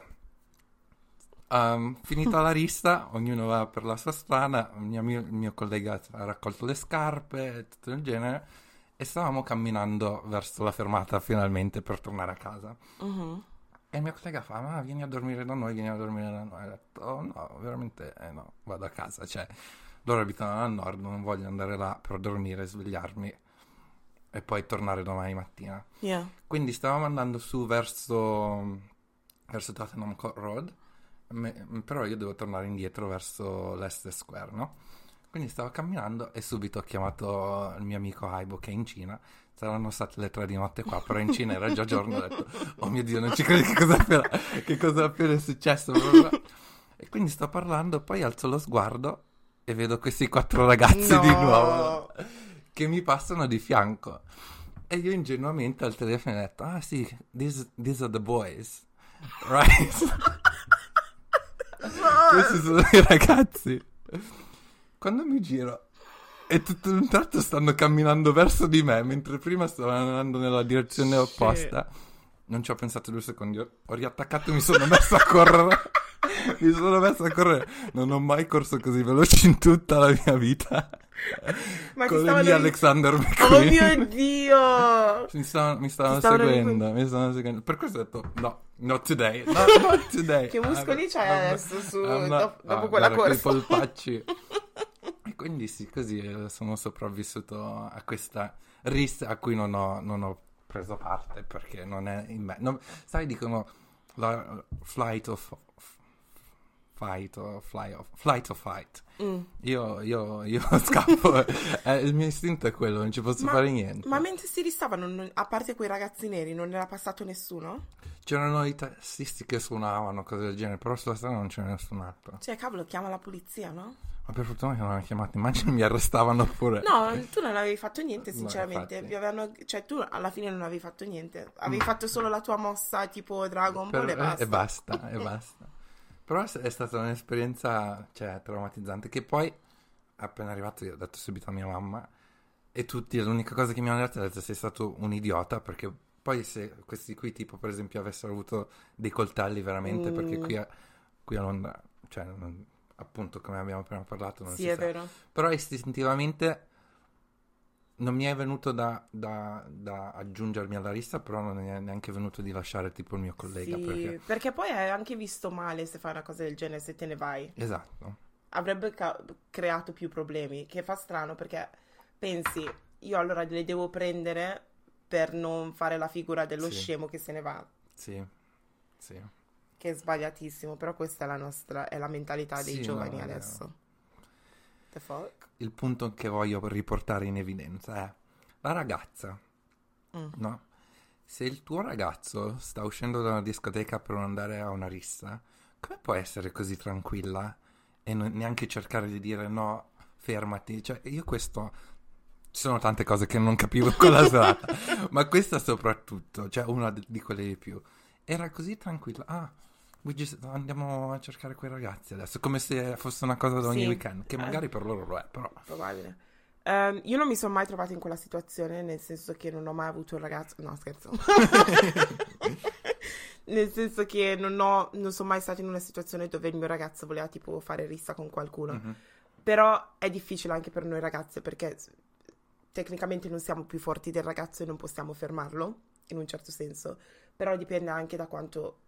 Finita la rissa, ognuno va per la sua strada, il mio collega ha raccolto le scarpe e tutto il genere e stavamo camminando verso la fermata finalmente per tornare a casa. E il mio collega fa "ma vieni a dormire da noi". Ho detto "oh no, veramente no, vado a casa", cioè loro abitano al nord, non voglio andare là per dormire, svegliarmi e poi tornare domani mattina. Quindi stavamo andando su verso Tottenham Court Road, però io devo tornare indietro verso Leicester Square, no? Quindi stavo camminando e subito ho chiamato il mio amico Aibo che è in Cina. Saranno state le 3 di notte qua, però in Cina era già giorno. Ho detto "oh mio Dio, non ci credi che cosa appena è successo". E quindi sto parlando, poi alzo lo sguardo e vedo questi 4 ragazzi di nuovo che mi passano di fianco. E io ingenuamente al telefono ho detto "ah sì, these are the boys, right?" Questi sono i ragazzi. Quando mi giro e tutto d'un tratto stanno camminando verso di me, mentre prima stavano andando nella direzione opposta. Non ci ho pensato 2 secondi, ho riattaccato e mi sono messo a correre. Non ho mai corso così veloce in tutta la mia vita. Ma con le mie Alexander McQueen. Oh mio Dio! mi stavano seguendo. Per questo ho detto no, not today. Not today. Che muscoli c'hai adesso dopo quella corsa? I polpacci. E quindi sì, così sono sopravvissuto a questa rissa a cui non ho preso parte perché non è in me. Sai, dicono la flight or fight. Io scappo. Il mio istinto è quello, non ci posso fare niente. Ma mentre si ristavano, a parte quei ragazzi neri, non era passato nessuno? C'erano i tassisti che suonavano, cose del genere, però sulla strada non c'era nessun altro. Cioè, cavolo, chiama la polizia, no? Ma per fortuna che non l'hanno chiamato, immagino mi arrestavano pure. No, tu non avevi fatto niente, sinceramente. No, cioè, tu alla fine non avevi fatto niente. Avevi fatto solo la tua mossa tipo Dragon Ball e basta. E basta. Però è stata un'esperienza, cioè, traumatizzante, che poi, appena arrivato, io ho detto subito a mia mamma, e tutti, l'unica cosa che mi hanno detto è che sei stato un idiota, perché poi se questi qui, tipo, per esempio, avessero avuto dei coltelli veramente, perché qui a Londra, cioè, appunto, come abbiamo appena parlato, non si sa. Sì, è vero. Però istintivamente non mi è venuto da aggiungermi alla lista, però non è neanche venuto di lasciare tipo il mio collega. Sì, perché poi è anche visto male se fai una cosa del genere, se te ne vai. Esatto. Avrebbe creato più problemi, che fa strano perché pensi, io allora le devo prendere per non fare la figura dello scemo che se ne va. Sì. Che è sbagliatissimo, però questa è la mentalità dei giovani adesso. The fuck? Il punto che voglio riportare in evidenza è la ragazza, no? Se il tuo ragazzo sta uscendo da una discoteca per andare a una rissa, come puoi essere così tranquilla e neanche cercare di dire no, fermati? Cioè, io questo... Ci sono tante cose che non capivo con la serata, ma questa soprattutto, cioè una di quelle di più. Era così tranquilla. Andiamo a cercare quei ragazzi adesso, come se fosse una cosa da ogni weekend, che magari per loro lo è, però. Probabile. Io non mi sono mai trovata in quella situazione, nel senso che non ho mai avuto un ragazzo. No, scherzo. Nel senso che non sono mai stata in una situazione dove il mio ragazzo voleva tipo fare rissa con qualcuno. Mm-hmm. Però è difficile anche per noi ragazze, perché tecnicamente non siamo più forti del ragazzo e non possiamo fermarlo, in un certo senso. Però dipende anche da quanto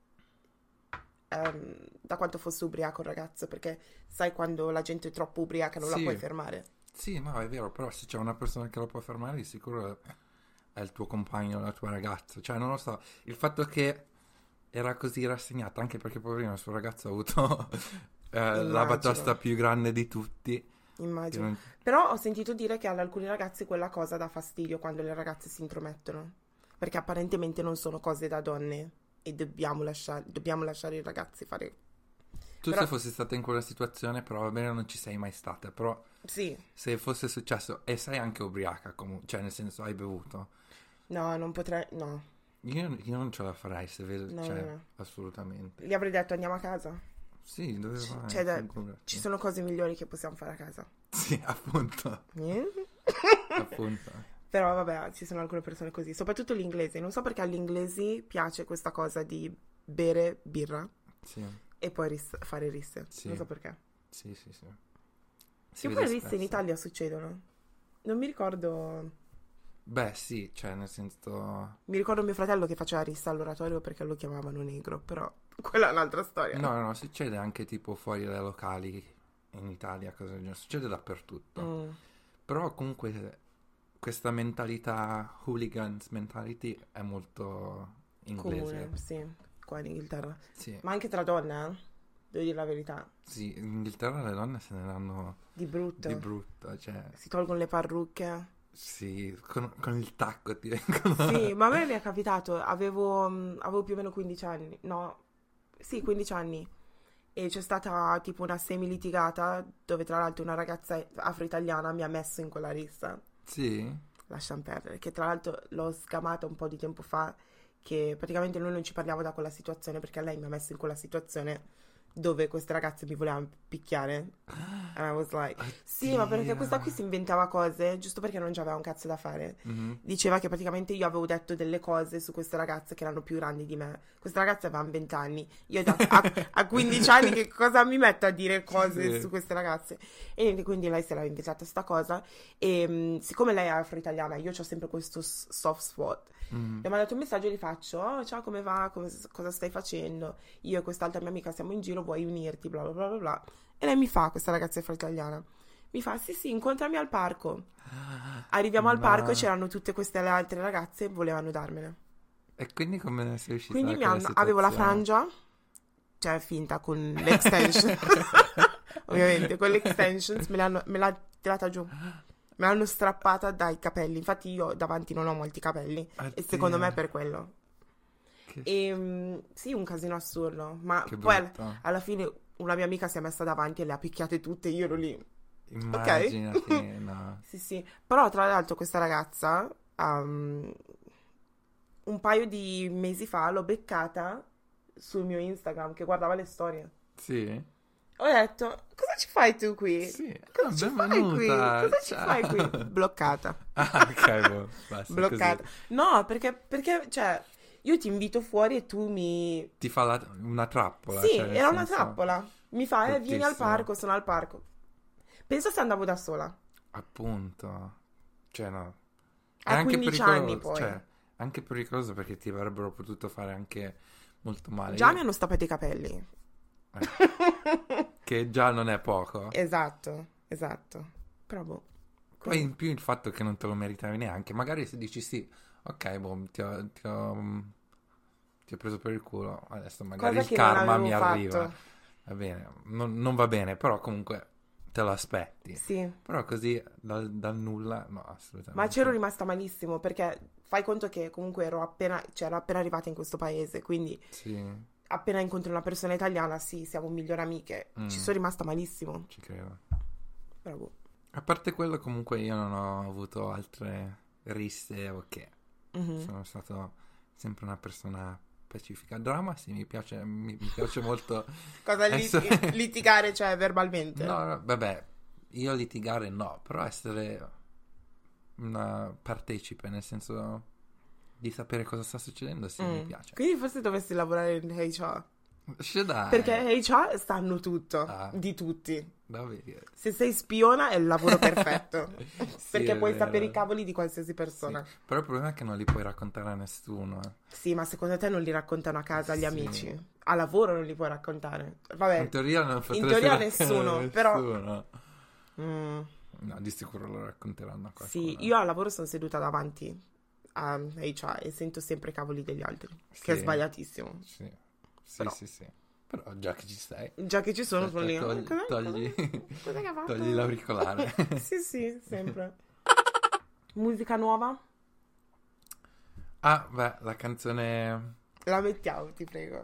fosse ubriaco il ragazzo, perché sai quando la gente è troppo ubriaca non la puoi fermare. Sì, no, è vero, però se c'è una persona che la può fermare di sicuro è il tuo compagno, la tua ragazza. Cioè, non lo so, il fatto che era così rassegnata, anche perché poverino il suo ragazzo ha avuto la batosta più grande di tutti. Immagino. Però ho sentito dire che ad alcuni ragazzi quella cosa dà fastidio quando le ragazze si intromettono, perché apparentemente non sono cose da donne e dobbiamo lasciare i ragazzi fare. Se fossi stata in quella situazione, probabilmente non ci sei mai stata, però sì, se fosse successo e sei anche ubriaca comunque, cioè nel senso hai bevuto. No, non potrei, no. Io non ce la farei se vedo, no. Assolutamente. Gli avrei detto andiamo a casa. Sì, dove vai? Cioè, ci sono cose migliori che possiamo fare a casa. Sì, appunto. Appunto. Però vabbè, ci sono alcune persone così, soprattutto gli inglesi. Non so perché agli inglesi piace questa cosa di bere birra e poi fare risse. Sì. Non so perché. Sì. Che poi risse in Italia succedono. Non mi ricordo. Beh, sì, cioè nel senso... Mi ricordo mio fratello che faceva rissa all'oratorio perché lo chiamavano negro, però quella è un'altra storia. No, succede anche tipo fuori dai locali in Italia, cosa del genere. Succede dappertutto. Però comunque questa mentalità, hooligans mentality, è molto inglese. Comune, sì, qua in Inghilterra. Sì. Ma anche tra donne, devo dire la verità. Sì, in Inghilterra le donne se ne danno... Di brutto, cioè... Si tolgono le parrucche. Sì, con il tacco ti vengono... Sì, ma a me mi è capitato, avevo più o meno 15 anni, no, sì, 15 anni, e c'è stata tipo una semi-litigata dove tra l'altro una ragazza afro-italiana mi ha messo in quella rissa. Sì? Lasciamo perdere, che tra l'altro l'ho sgamata un po' di tempo fa, che praticamente noi non ci parliamo da quella situazione perché lei mi ha messo in quella situazione dove queste ragazze mi volevano picchiare. And I was like, sì, ma perché questa qui si inventava cose giusto perché non c'aveva un cazzo da fare. Mm-hmm. Diceva che praticamente io avevo detto delle cose su queste ragazze che erano più grandi di me. Queste ragazze avevano 20 anni. Io a 15 anni che cosa mi metto a dire cose su queste ragazze? E niente, quindi lei si era inventata sta cosa. E siccome lei è afro-italiana, io ho sempre questo soft spot. Mm-hmm. E mi ha dato un messaggio e gli faccio: oh, ciao, come va? Cosa stai facendo? Io e quest'altra mia amica siamo in giro, vuoi unirti? Bla bla bla bla bla. E lei mi fa, questa ragazza afro-italiana, Mi fa, sì, incontrami al parco. Arriviamo al parco e c'erano tutte queste altre ragazze e volevano darmene. E quindi come sei uscita Quindi da quella avevo la situazione? frangia, cioè finta, con l'extension. Ovviamente, con l'extensions me l'ha tirata giù. Me l'hanno strappata dai capelli. Infatti io davanti non ho molti capelli. Oddio. E secondo me è per quello. Che, E sì, un casino assurdo. Ma che poi brutto. alla fine una mia amica si è messa davanti e le ha picchiate tutte. Io ero lì. Immaginati, no. Sì. Però tra l'altro questa ragazza, un paio di mesi fa, l'ho beccata sul mio Instagram che guardava le storie. Sì? Ho detto, cosa ci fai tu qui? Sì. Cosa ci fai qui? Cosa ci Ciao. fai qui? Bloccata. Ah, ok, boh, basta Bloccata. così. No, perché, cioè, io ti invito fuori e tu mi... Ti fa una trappola. Sì, cioè, nel era una senso, trappola. Mi fa, vieni al bruttissimo. parco, sono al parco. Pensa se andavo da sola. Appunto. Cioè, no. È A anche 15 pericoloso. anni poi. Cioè, anche pericoloso perché ti avrebbero potuto fare anche molto male. Già mi hanno stappato i capelli. Che già non è poco. Esatto. Però boh. Poi in più il fatto che non te lo meritavi neanche. Magari se dici sì, ok, boh, ti ho preso per il culo. Adesso magari Cosa il che non karma avevo mi fatto. arriva. Va bene, non va bene, però comunque te lo aspetti. Sì. Però così dal nulla, no, assolutamente. Ma c'ero rimasta malissimo perché fai conto che comunque ero appena arrivata in questo paese, quindi Sì, appena incontro una persona italiana, sì, siamo migliori amiche. Ci sono rimasta malissimo. ci credo. Però boh. A parte quello, comunque io non ho avuto altre risse o che. Mhm. Sono stato sempre una persona pacifica. Drama sì, mi piace molto. Cosa essere- litigare, cioè, verbalmente? No, vabbè, io litigare no, però essere una partecipe, nel senso di sapere cosa sta succedendo, sì, mi piace. Quindi forse dovresti lavorare in HR. Dai. Perché HR sanno tutto, Ah. di tutti. Davvero. Se sei spiona è il lavoro perfetto. Sì, Perché è puoi vero. sapere i cavoli di qualsiasi persona. Sì. Però il problema è che non li puoi raccontare a nessuno. Sì, ma secondo te non li raccontano a casa agli Sì. amici? A lavoro non li puoi raccontare. Vabbè, In teoria non potresti teoria raccontare nessuno, a però- nessuno. mm, No, di sicuro lo racconteranno a qualcuno. sì, io al lavoro sono seduta davanti a HR e sento sempre i cavoli degli altri. Che è Sì. sbagliatissimo. Sì, Però- sì. Però già che ci sei, Già che ci sono, sono lì. togli Cos'è che ha fatto? togli l'auricolare. Sì, sempre. Musica nuova? Ah, beh, la canzone La mettiamo, ti prego.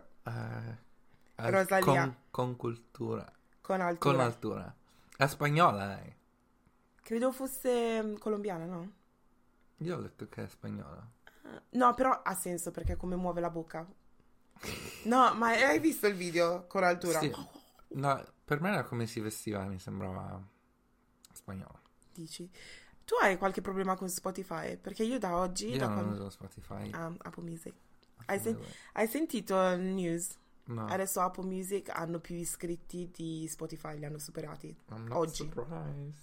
eh, Rosalia. con cultura, Con altura. con altura. È spagnola lei. Credo fosse colombiana, no? Io ho detto che è spagnola. No, però ha senso perché come muove la bocca. No, ma hai visto il video con altura? Sì. No, per me era come si vestiva, mi sembrava spagnola. Dici. Tu hai qualche problema con Spotify? Perché io da oggi... Io da non quando- uso Spotify. Apple Music. Hai sentito il news? No, Adesso Apple Music hanno più iscritti di Spotify, li hanno superati. I'm not Oggi. surprised.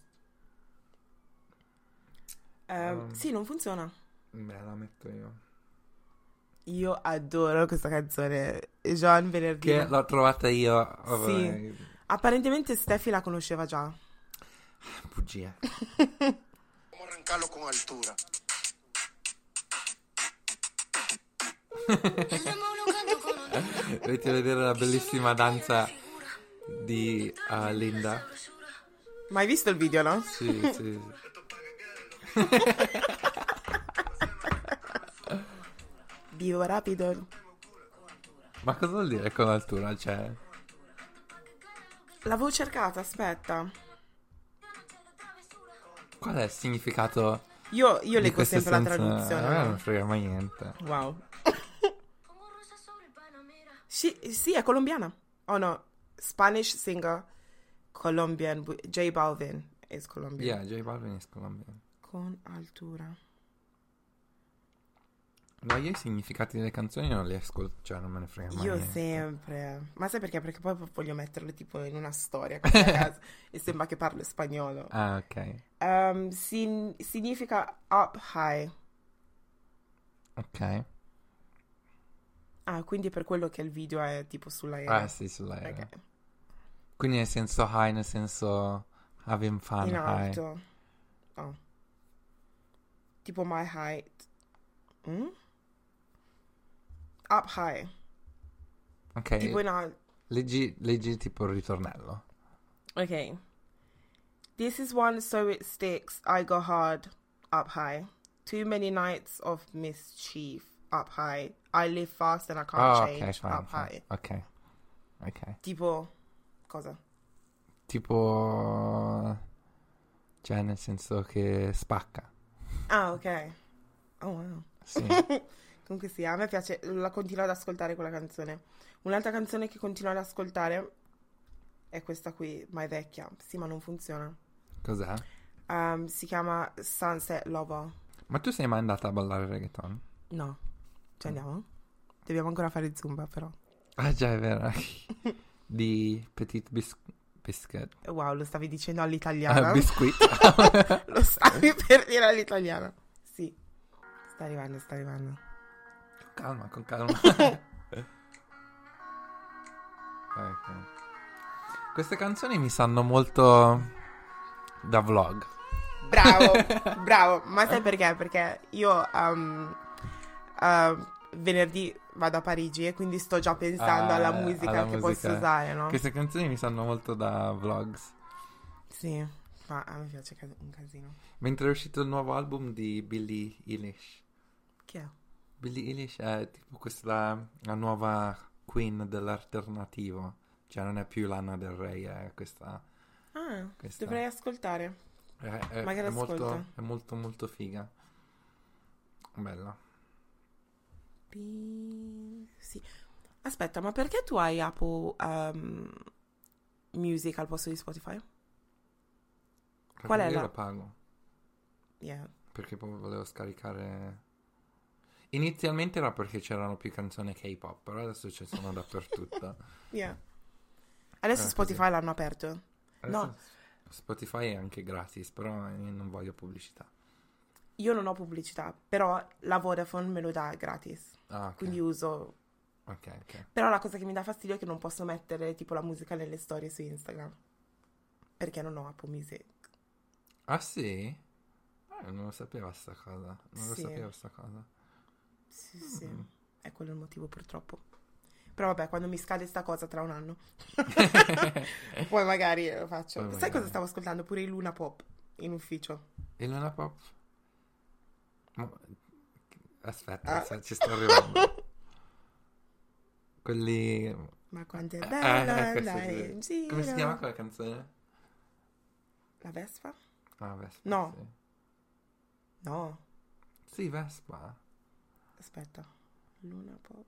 Sì, non funziona. Beh, la metto io. Io adoro questa canzone. Jean Venerdì. Che l'ho trovata io. Sì. Apparentemente Steffi la conosceva già. Bugie. Vamos a arrancarlo con altura. Dovete vedere la bellissima danza di Linda. Ma hai visto il video, no? Sì. Vivo rapido. Ma cosa vuol dire con altura? Cioè, L'avevo cercata, aspetta. qual è il significato Io di leggo questo sempre la senso? traduzione. A me no? non frega mai niente. Wow. Sì, è colombiana. Oh no, Spanish singer, Colombian. J Balvin is Colombian. Yeah, J Balvin is Colombian. Con altura. No, io i significati delle canzoni non li ascolto, cioè non me ne frega mai Io niente. sempre. Ma sai perché? Perché poi voglio metterlo tipo in una storia così a casa e sembra che parlo spagnolo. Ah, ok. Significa up high. Ok. Ah, quindi è per quello che il video è tipo sull'aereo. Ah, sì, sull'aereo. Ok. Quindi nel senso high, nel senso Having fun in high. alto. Oh. Tipo my height. Up high. Ok. Tipo in alto. Leggi tipo il ritornello. Okay. This is one so it sticks. I go hard. Up high. Too many nights of mischief. Up high. I live fast and I can't change. Ok, fine, Up high. Ok. Tipo, cosa? Tipo, cioè nel senso che spacca. Ah, ok. Oh, wow. Sì. Comunque sì, a me piace, la continuo ad ascoltare quella canzone. Un'altra canzone che continuo ad ascoltare è questa qui, ma è vecchia. Sì, ma non funziona. Cos'è? Si chiama Sunset Lover. Ma tu sei mai andata a ballare reggaeton? No. Ci andiamo? Dobbiamo ancora fare Zumba, però. Ah già, è vero. Di Petit Biscuit. Wow, lo stavi dicendo all'italiana. Biscuit. Lo stavi per dire all'italiana. Sì. Sta arrivando. Con calma. Ok. Queste canzoni mi sanno molto da vlog. Bravo. Ma sai perché? Perché io venerdì vado a Parigi e quindi sto già pensando alla musica che posso usare, no? Queste canzoni mi sanno molto da vlogs. Sì, ma a me piace un casino. Mentre è uscito il nuovo album di Billie Eilish. Chi è? Billie Eilish è tipo questa la nuova queen dell'alternativo. Cioè non è più Lana Del Rey, è questa. Dovrei ascoltare. Magari ascolto. È molto molto figa. Bella. Sì. Aspetta, ma perché tu hai Apple Music al posto di Spotify? Qual è io la? la pago. Yeah. Perché poi volevo scaricare. Inizialmente era perché c'erano più canzoni K-pop, però adesso ci sono dappertutto. Yeah. Adesso Spotify l'hanno aperto. Adesso No. Spotify è anche gratis, però io non voglio pubblicità. Io non ho pubblicità, però la Vodafone me lo dà gratis. Ah, ok. Quindi uso. Ok. Però la cosa che mi dà fastidio è che non posso mettere tipo la musica nelle storie su Instagram. Perché non ho Apple Music. Ah sì? Non lo sapevo sta cosa. Sì. È quello il motivo purtroppo. Però vabbè, quando mi scade sta cosa tra un anno. Poi magari lo faccio. Sai cosa stavo ascoltando? Pure il Luna Pop in ufficio. Il Luna Pop? Aspetta, ci sto arrivando. Quelli. Ma quanto è bella andare in giro. Come si chiama quella canzone? La Vespa? Ah, Vespa. No. Sì. No. Sì, Vespa. Aspetta. Luna Pop.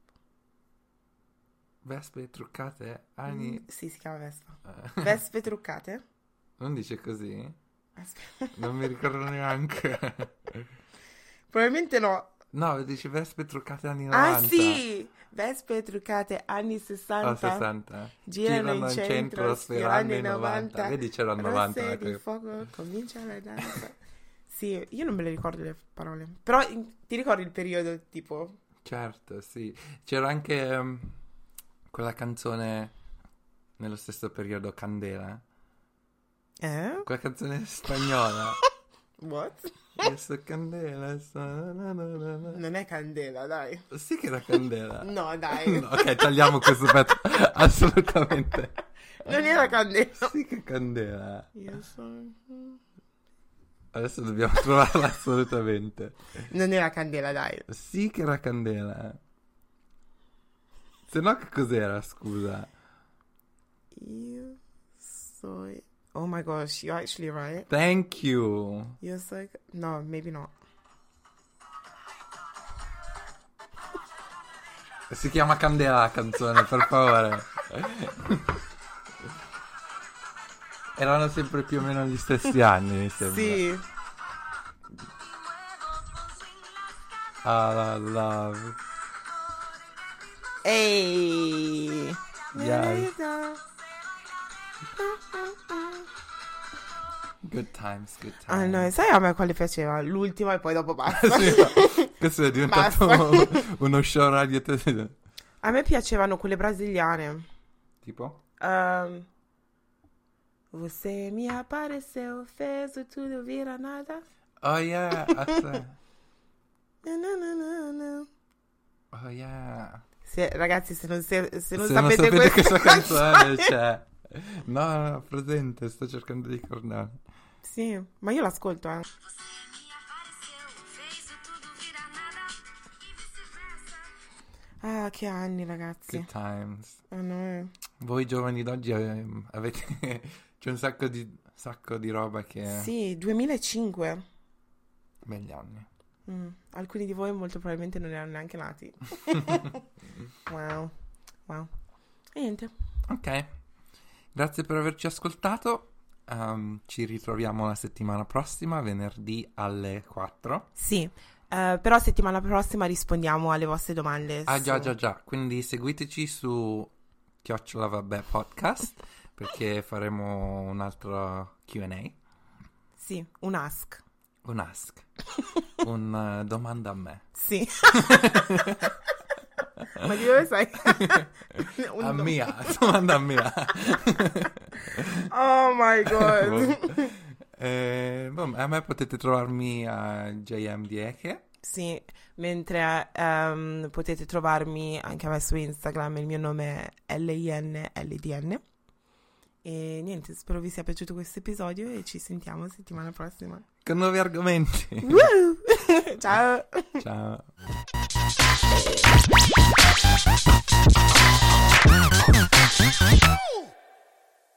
Vespe truccate? Anni. Sì, si chiama Vespa. Vespe truccate? Non dice così? Aspetta. Non mi ricordo neanche. Probabilmente no. No, dice Vespe truccate anni 90. Ah sì! Vespe truccate anni 60. Oh, 60. Girano in centro sfiorando i 90. Vedi, c'era il 90. Rosse di fuoco, comincia la danza. Sì, io non me le ricordo le parole. Però ti ricordi il periodo tipo? Certo, sì. C'era anche quella canzone nello stesso periodo, Candela. Quella canzone spagnola. What? Io so Candela. Non è Candela, dai. Sì che era Candela. No, dai. No, ok, tagliamo questo pezzo. Assolutamente. Non era Candela. Sì che è Candela. Io so... Adesso dobbiamo trovarla assolutamente. Non era Candela, dai. Sì che era Candela. Se no che cos'era, scusa? Io so... Oh my gosh, you're actually right. Thank you. Io so... No, maybe not. Si chiama Candela la canzone, per favore. Erano sempre più o meno gli stessi anni, mi sembra. Sì. Ah, love. Ehi. Yes. Good times. Ah no, sai a me quale piaceva? L'ultima e poi dopo basta. Sì, no. Questo è diventato uno show radio. A me piacevano quelle brasiliane. Tipo? Você me apareceu, fez o tudo vira nada. Oh yeah, aspetta. No. Oh yeah. Ragazzi, se non Non sapete questa canzone, cioè. No, presente, sto cercando di ricordare. Sì, ma io l'ascolto, Ah, che anni, ragazzi. Good times. No. Voi giovani d'oggi avete c'è un sacco di roba che Sì, 2005. Begli anni. Alcuni di voi molto probabilmente non erano neanche nati. Wow. E niente. Ok. Grazie per averci ascoltato. Ci ritroviamo la settimana prossima, venerdì alle 4. Sì. Però settimana prossima rispondiamo alle vostre domande. Già. Quindi seguiteci su @vabbè podcast perché faremo un altro Q&A. Sì, un ask. Un domanda a me. Sì. Ma di dove sai? Domanda a mia. Oh my god. A me potete trovarmi a JMDieche. Sì, mentre potete trovarmi anche a me su Instagram, il mio nome è LINLDN. E niente, spero vi sia piaciuto questo episodio e ci sentiamo settimana prossima. Con nuovi argomenti. Ciao. Ciao.